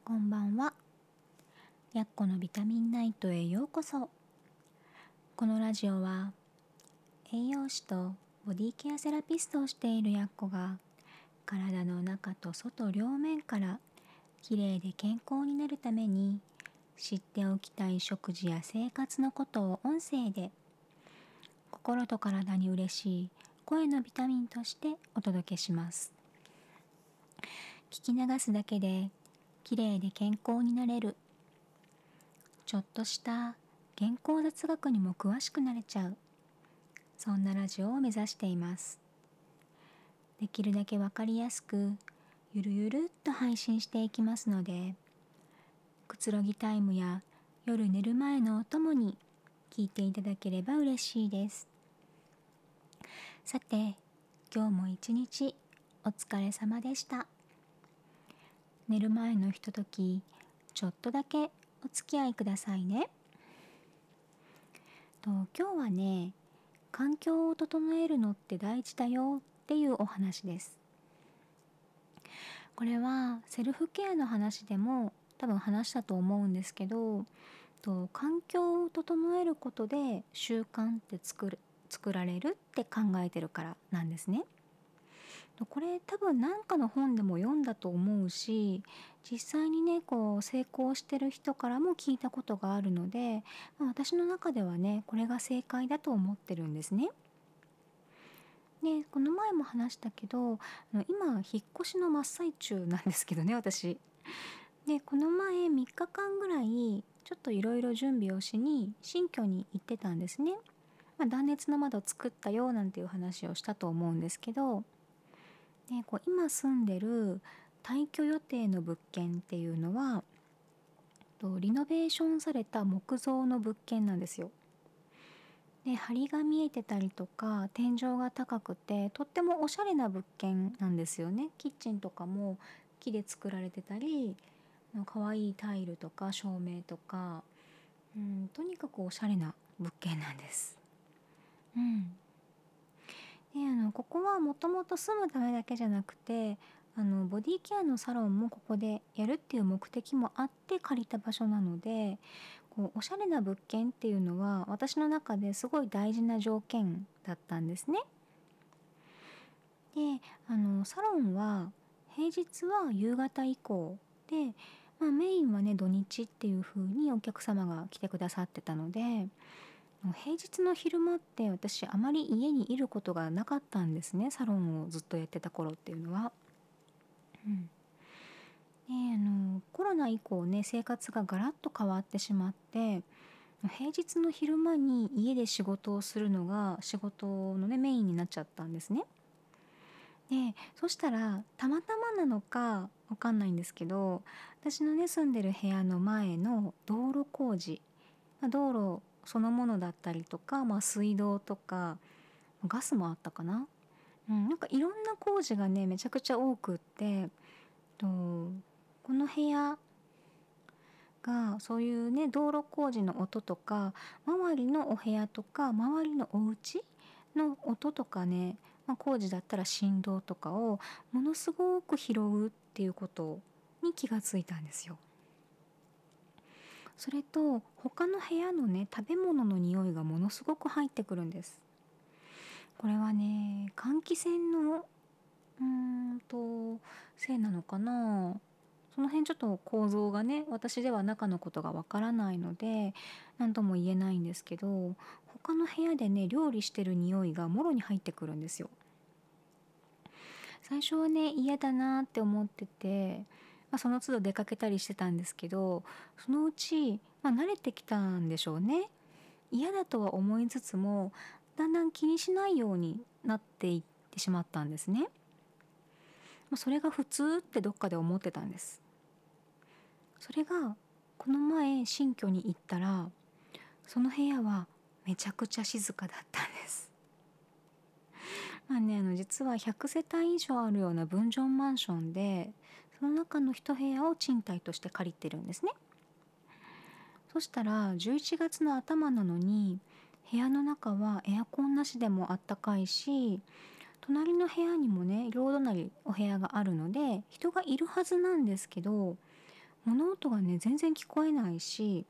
こんばんは。やっこのビタミンナイトへようこそ。このラジオは栄養士とボディケアセラピストをしているやっこが体の中と外両面からきれいで健康になるために知っておきたい食事や生活のことを音声で心と体に嬉しい声のビタミンとしてお届けします。聞き流すだけできれいで健康になれる、ちょっとした健康雑学にも詳しくなれちゃう、そんなラジオを目指しています。できるだけわかりやすくゆるゆるっと配信していきますので、くつろぎタイムや夜寝る前のお供に聞いていただければ嬉しいです。さて、今日も一日お疲れ様でした。寝る前のひととき、ちょっとだけお付き合いくださいね。今日はね、環境を整えるのって大事だよっていうお話です。これはセルフケアの話でも多分話したと思うんですけど、環境を整えることで習慣って作られるって考えてるからなんですね。これ多分何かの本でも読んだと思うし、実際にね成功してる人からも聞いたことがあるので、私の中ではねこれが正解だと思ってるんですね。でこの前も話したけど、今引っ越しの真っ最中なんですけどね、私。でこの前3日間ぐらいちょっといろいろ準備をしに新居に行ってたんですね。断熱の窓作ったよなんていう話をしたと思うんですけど、で今住んでる退去予定の物件っていうのはリノベーションされた木造の物件なんですよ。で梁が見えてたりとか天井が高くてとってもおしゃれな物件なんですよね。キッチンとかも木で作られてたり、可愛いタイルとか照明とか、とにかくおしゃれな物件なんです。でここはもともと住むためだけじゃなくて、ボディケアのサロンもここでやるっていう目的もあって借りた場所なので、おしゃれな物件っていうのは私の中ですごい大事な条件だったんですね。でサロンは平日は夕方以降で、メインはね土日っていう風にお客様が来てくださってたので、平日の昼間って私あまり家にいることがなかったんですね、サロンをずっとやってた頃っていうのは。でコロナ以降ね生活がガラッと変わってしまって、平日の昼間に家で仕事をするのが仕事のねメインになっちゃったんですね。でそしたらたまたまなのかわかんないんですけど、私のね住んでる部屋の前の道路工事、道路そのものだったりとか、水道とかガスもあったかな、なんかいろんな工事がねめちゃくちゃ多くって、とこの部屋がそういうね道路工事の音とか周りのお部屋とか周りのお家の音とかね、工事だったら振動とかをものすごく拾うっていうことに気がついたんですよ。それと他の部屋のね食べ物の匂いがものすごく入ってくるんです。これはね換気扇のせいなのかな。その辺ちょっと構造がね私では中のことがわからないので何とも言えないんですけど、他の部屋でね料理してる匂いがもろに入ってくるんですよ。最初はね嫌だなって思ってて、その都度出かけたりしてたんですけど、そのうち、慣れてきたんでしょうね。嫌だとは思いつつもだんだん気にしないようになっていってしまったんですね。それが普通ってどっかで思ってたんです。それがこの前新居に行ったらその部屋はめちゃくちゃ静かだったんです。実は100世帯以上あるような分譲マンションで、その中の一部屋を賃貸として借りてるんですね。そしたら11月の頭なのに部屋の中はエアコンなしでもあったかいし、隣の部屋にもね両隣お部屋があるので人がいるはずなんですけど、も物音がね全然聞こえないし、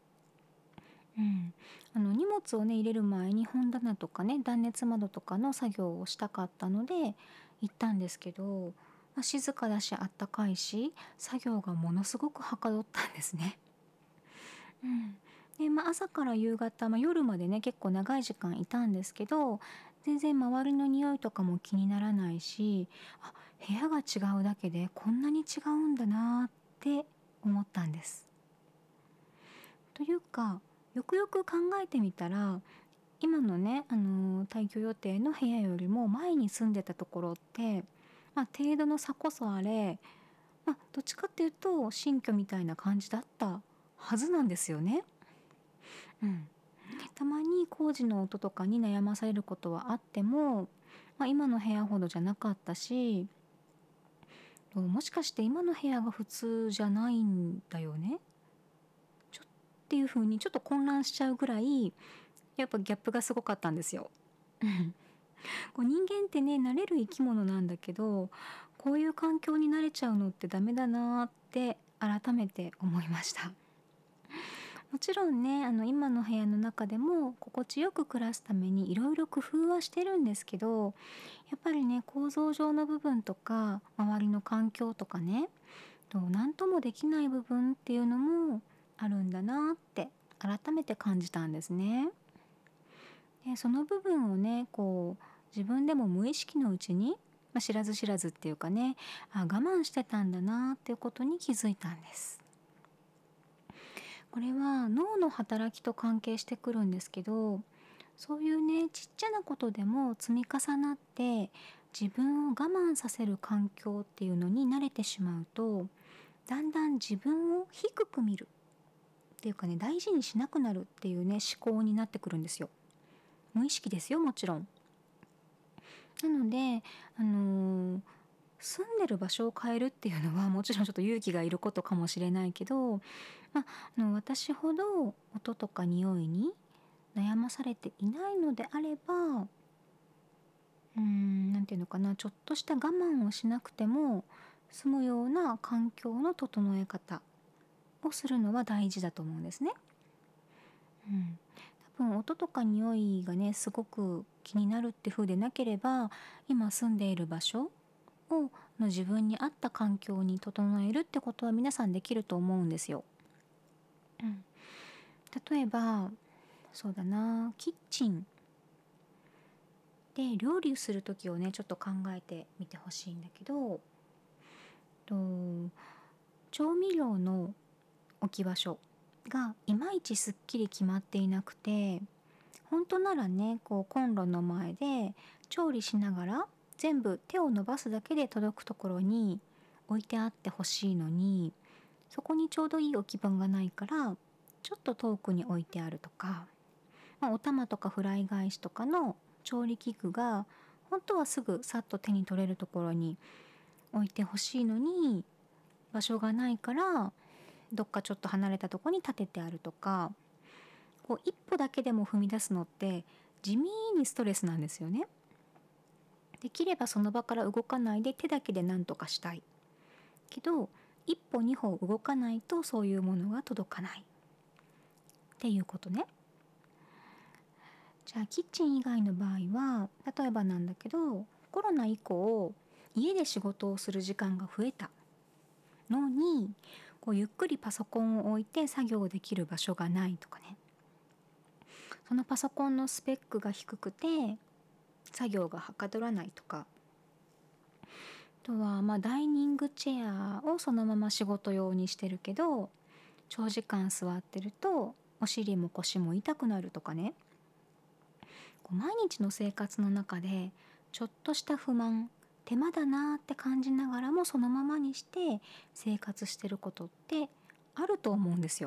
荷物をね入れる前に本棚とかね断熱窓とかの作業をしたかったので行ったんですけど、静かだしあったかいし作業がものすごくはかどったんですね。で、朝から夕方、夜までね結構長い時間いたんですけど、全然周りの匂いとかも気にならないし、あ、部屋が違うだけでこんなに違うんだなって思ったんです。というか、よくよく考えてみたら、今のね、退去予定の部屋よりも前に住んでたところって、程度の差こそあれ、どっちかっていうと新居みたいな感じだったはずなんですよね。うん、たまに工事の音とかに悩まされることはあっても、今の部屋ほどじゃなかったし、もしかして今の部屋が普通じゃないんだよねっていう風にちょっと混乱しちゃうぐらい、やっぱギャップがすごかったんですよ。こう人間ってね慣れる生き物なんだけど、こういう環境に慣れちゃうのってダメだなって改めて思いました。もちろんね今の部屋の中でも心地よく暮らすためにいろいろ工夫はしてるんですけど、やっぱりね構造上の部分とか周りの環境とかね、何ともできない部分っていうのもあるんだなって改めて感じたんですね。でその部分をね自分でも無意識のうちに、知らず知らずっていうかね、我慢してたんだなっていうことに気づいたんです。これは脳の働きと関係してくるんですけど、そういうねちっちゃなことでも積み重なって自分を我慢させる環境っていうのに慣れてしまうと、だんだん自分を低く見るっていうかね、大事にしなくなるっていうね思考になってくるんですよ。無意識ですよ、もちろん。なので、あのー住んでる場所を変えるっていうのはもちろんちょっと勇気がいることかもしれないけど、私ほど音とか匂いに悩まされていないのであれば、なんていうのかな、ちょっとした我慢をしなくても済むような環境の整え方をするのは大事だと思うんですね。うん、多分音とか匂いがねすごく気になるって風でなければ、今住んでいる場所を自分に合った環境に整えるってことは皆さんできると思うんですよ。うん、例えばそうだな、キッチンで料理する時をねちょっと考えてみてほしいんだけど、と調味料の置き場所がいまいちすっきり決まっていなくて、本当ならねコンロの前で調理しながら全部手を伸ばすだけで届くところに置いてあってほしいのに、そこにちょうどいい置き場がないからちょっと遠くに置いてあるとか、お玉とかフライ返しとかの調理器具が本当はすぐさっと手に取れるところに置いてほしいのに、場所がないからどっかちょっと離れたとこに立ててあるとか、一歩だけでも踏み出すのって地味にストレスなんですよね。できればその場から動かないで手だけで何とかしたいけど、一歩二歩動かないとそういうものが届かないっていうことね。じゃあキッチン以外の場合は、例えばなんだけど、コロナ以降家で仕事をする時間が増えたのに、ゆっくりパソコンを置いて作業できる場所がないとかね、そのパソコンのスペックが低くて作業がはかどらないとか、あとはダイニングチェアをそのまま仕事用にしてるけど、長時間座ってるとお尻も腰も痛くなるとかね、毎日の生活の中でちょっとした不満、手間だなって感じながらもそのままにして生活してることってあると思うんですよ。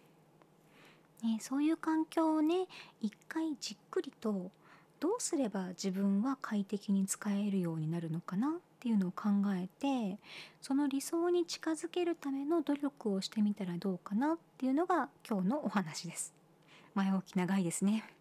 そういう環境をね一回じっくりと、どうすれば自分は快適に使えるようになるのかなっていうのを考えて、その理想に近づけるための努力をしてみたらどうかなっていうのが今日のお話です。前置き長いですね。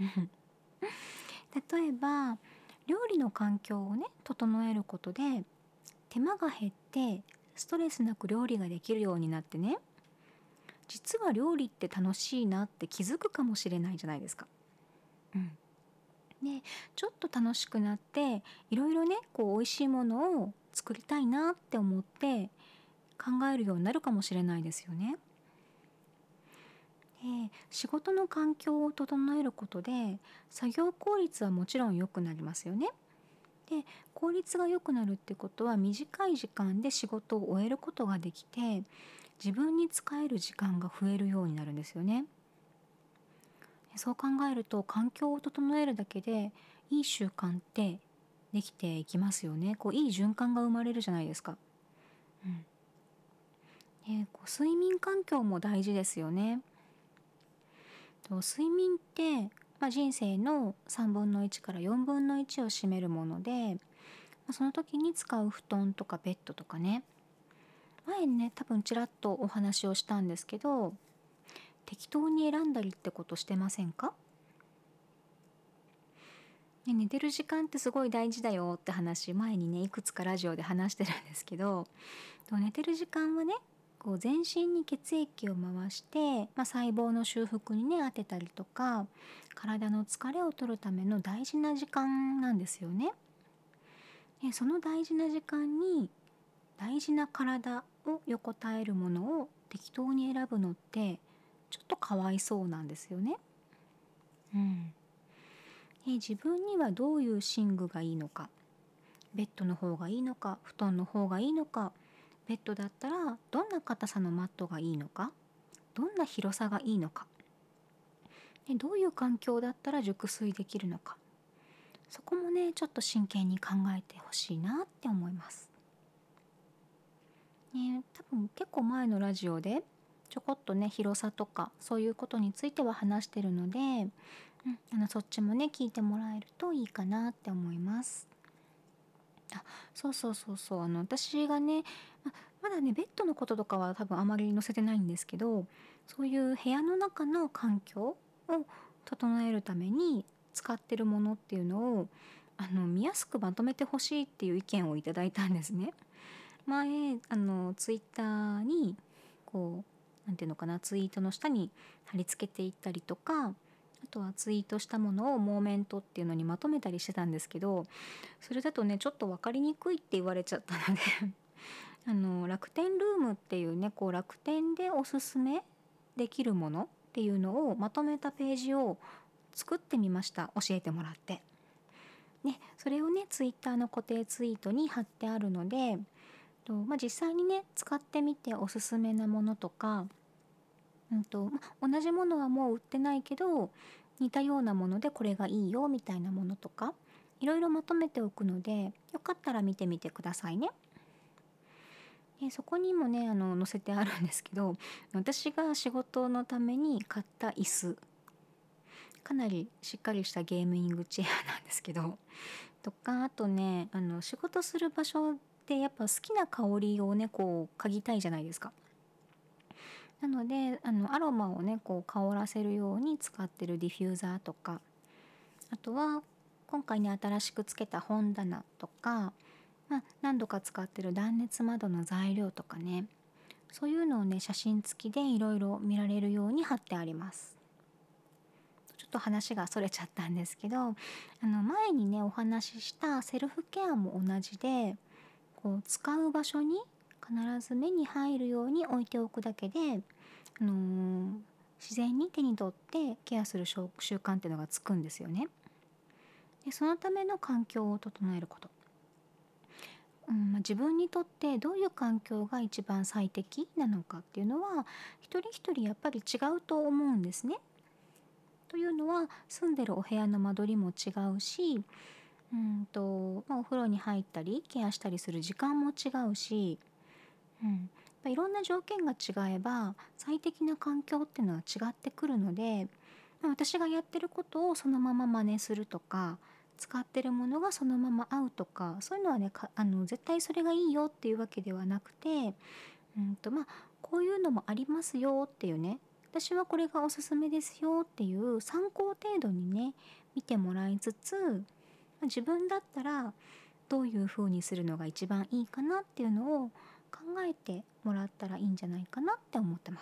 例えば料理の環境をね整えることで手間が減ってストレスなく料理ができるようになってね、実は料理って楽しいなって気づくかもしれないじゃないですか。うん、でちょっと楽しくなっていろいろね美味しいものを作りたいなって思って考えるようになるかもしれないですよね。仕事の環境を整えることで作業効率はもちろん良くなりますよね。で効率が良くなるってことは短い時間で仕事を終えることができて自分に使える時間が増えるようになるんですよね。そう考えると環境を整えるだけでいい習慣ってできていきますよね。いい循環が生まれるじゃないですか。うん、睡眠環境も大事ですよね。睡眠って、人生の3分の1から4分の1を占めるもので、その時に使う布団とかベッドとかね、前にね多分ちらっとお話をしたんですけど、適当に選んだりってことしてませんか？ね、寝てる時間ってすごい大事だよって話、前にねいくつかラジオで話してるんですけど、寝てる時間はね全身に血液を回して、細胞の修復にね当てたりとか体の疲れを取るための大事な時間なんですよね。でその大事な時間に大事な体を横たえるものを適当に選ぶのってちょっとかわいそうなんですよね。うん、自分にはどういう寝具がいいのか、ベッドの方がいいのか布団の方がいいのか、ベッドだったらどんな硬さのマットがいいのか、どんな広さがいいのか、でどういう環境だったら熟睡できるのか、そこもねちょっと真剣に考えてほしいなって思います。多分結構前のラジオでちょこっとね広さとかそういうことについては話してるので、そっちもね聞いてもらえるといいかなって思います。あ、そうそうそうそう、私がね、まだねベッドのこととかは多分あまり載せてないんですけど、そういう部屋の中の環境を整えるために使ってるものっていうのを見やすくまとめてほしいっていう意見をいただいたんですね。前ツイッターになんていうのかな、ツイートの下に貼り付けていったりとか、あとはツイートしたものをモーメントっていうのにまとめたりしてたんですけど、それだとねちょっと分かりにくいって言われちゃったので楽天ルームっていうね楽天でおすすめできるものっていうのをまとめたページを作ってみました。教えてもらって。ね、それをねツイッターの固定ツイートに貼ってあるので、実際にね使ってみておすすめなものとか、同じものはもう売ってないけど似たようなものでこれがいいよみたいなものとかいろいろまとめておくので、よかったら見てみてくださいね。でそこにもね載せてあるんですけど、私が仕事のために買った椅子、かなりしっかりしたゲーミングチェアなんですけど、とかあとね仕事する場所ってやっぱ好きな香りをね嗅ぎたいじゃないですか。なのでアロマをね香らせるように使ってるディフューザーとか、あとは今回ね新しくつけた本棚とか、何度か使ってる断熱窓の材料とかね、そういうのをね写真付きでいろいろ見られるように貼ってあります。ちょっと話がそれちゃったんですけど、前にねお話ししたセルフケアも同じで、使う場所に必ず目に入るように置いておくだけで、自然に手に取ってケアする習慣っていうのがつくんですよね。でそのための環境を整えること、自分にとってどういう環境が一番最適なのかっていうのは一人一人やっぱり違うと思うんですね。というのは住んでるお部屋の間取りも違うし、お風呂に入ったりケアしたりする時間も違うし、いろんな条件が違えば最適な環境っていうのは違ってくるので、私がやってることをそのまま真似するとか使ってるものがそのまま合うとか、そういうのはね絶対それがいいよっていうわけではなくて、こういうのもありますよっていうね、私はこれがおすすめですよっていう参考程度にね見てもらいつつ、自分だったらどういう風にするのが一番いいかなっていうのを考えてもらったらいいんじゃないかなって思ってます。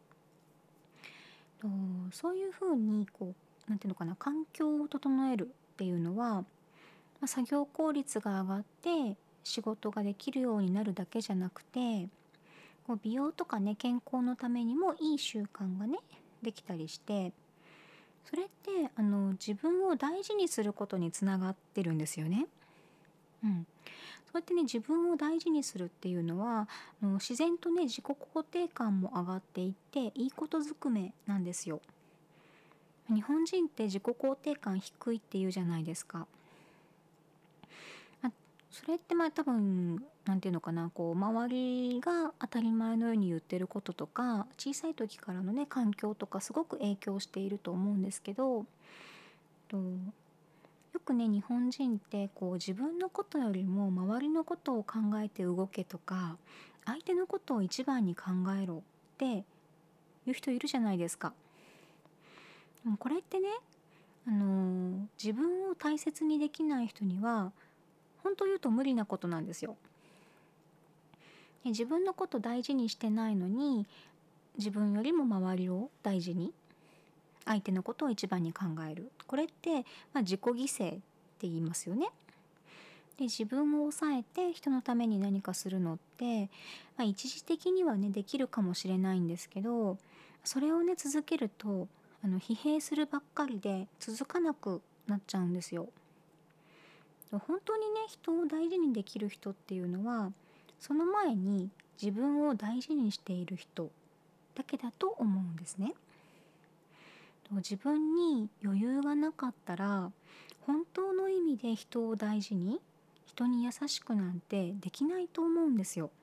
とそういうふうになんていうのかな、環境を整えるっていうのは、作業効率が上がって仕事ができるようになるだけじゃなくて、美容とかね、健康のためにもいい習慣がねできたりして、それって自分を大事にすることにつながってるんですよね。うん、そうやってね、自分を大事にするっていうのは自然とね、自己肯定感も上がっていっていいことずくめなんですよ。日本人って自己肯定感低いっていうじゃないですか。あそれって多分なんていうのかな、周りが当たり前のように言ってることとか、小さい時からのね環境とかすごく影響していると思うんですけど、とよくね、日本人って自分のことよりも周りのことを考えて動けとか、相手のことを一番に考えろっていう人いるじゃないですか。でもこれってね、自分を大切にできない人には本当言うと無理なことなんですよ。で自分のこと大事にしてないのに、自分よりも周りを大事に、相手のことを一番に考える、これって、自己犠牲って言いますよね。で自分を抑えて人のために何かするのって、一時的にはねできるかもしれないんですけど、それをね続けると疲弊するばっかりで続かなくなっちゃうんですよ。本当にね、人を大事にできる人っていうのは、その前に自分を大事にしている人だけだと思うんですね。自分に余裕がなかったら、本当の意味で人を大事に、人に優しくなんてできないと思うんですよ。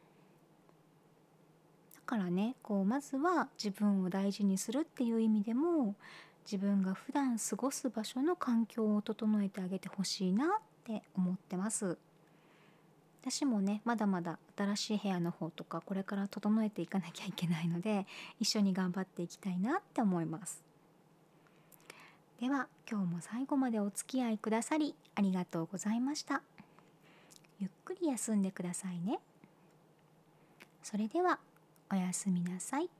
だからね、まずは自分を大事にするっていう意味でも、自分が普段過ごす場所の環境を整えてあげてほしいなって思ってます。私もね、まだまだ新しい部屋の方とかこれから整えていかなきゃいけないので、一緒に頑張っていきたいなって思います。では今日も最後までお付き合いくださりありがとうございました。ゆっくり休んでくださいね。それではおやすみなさい。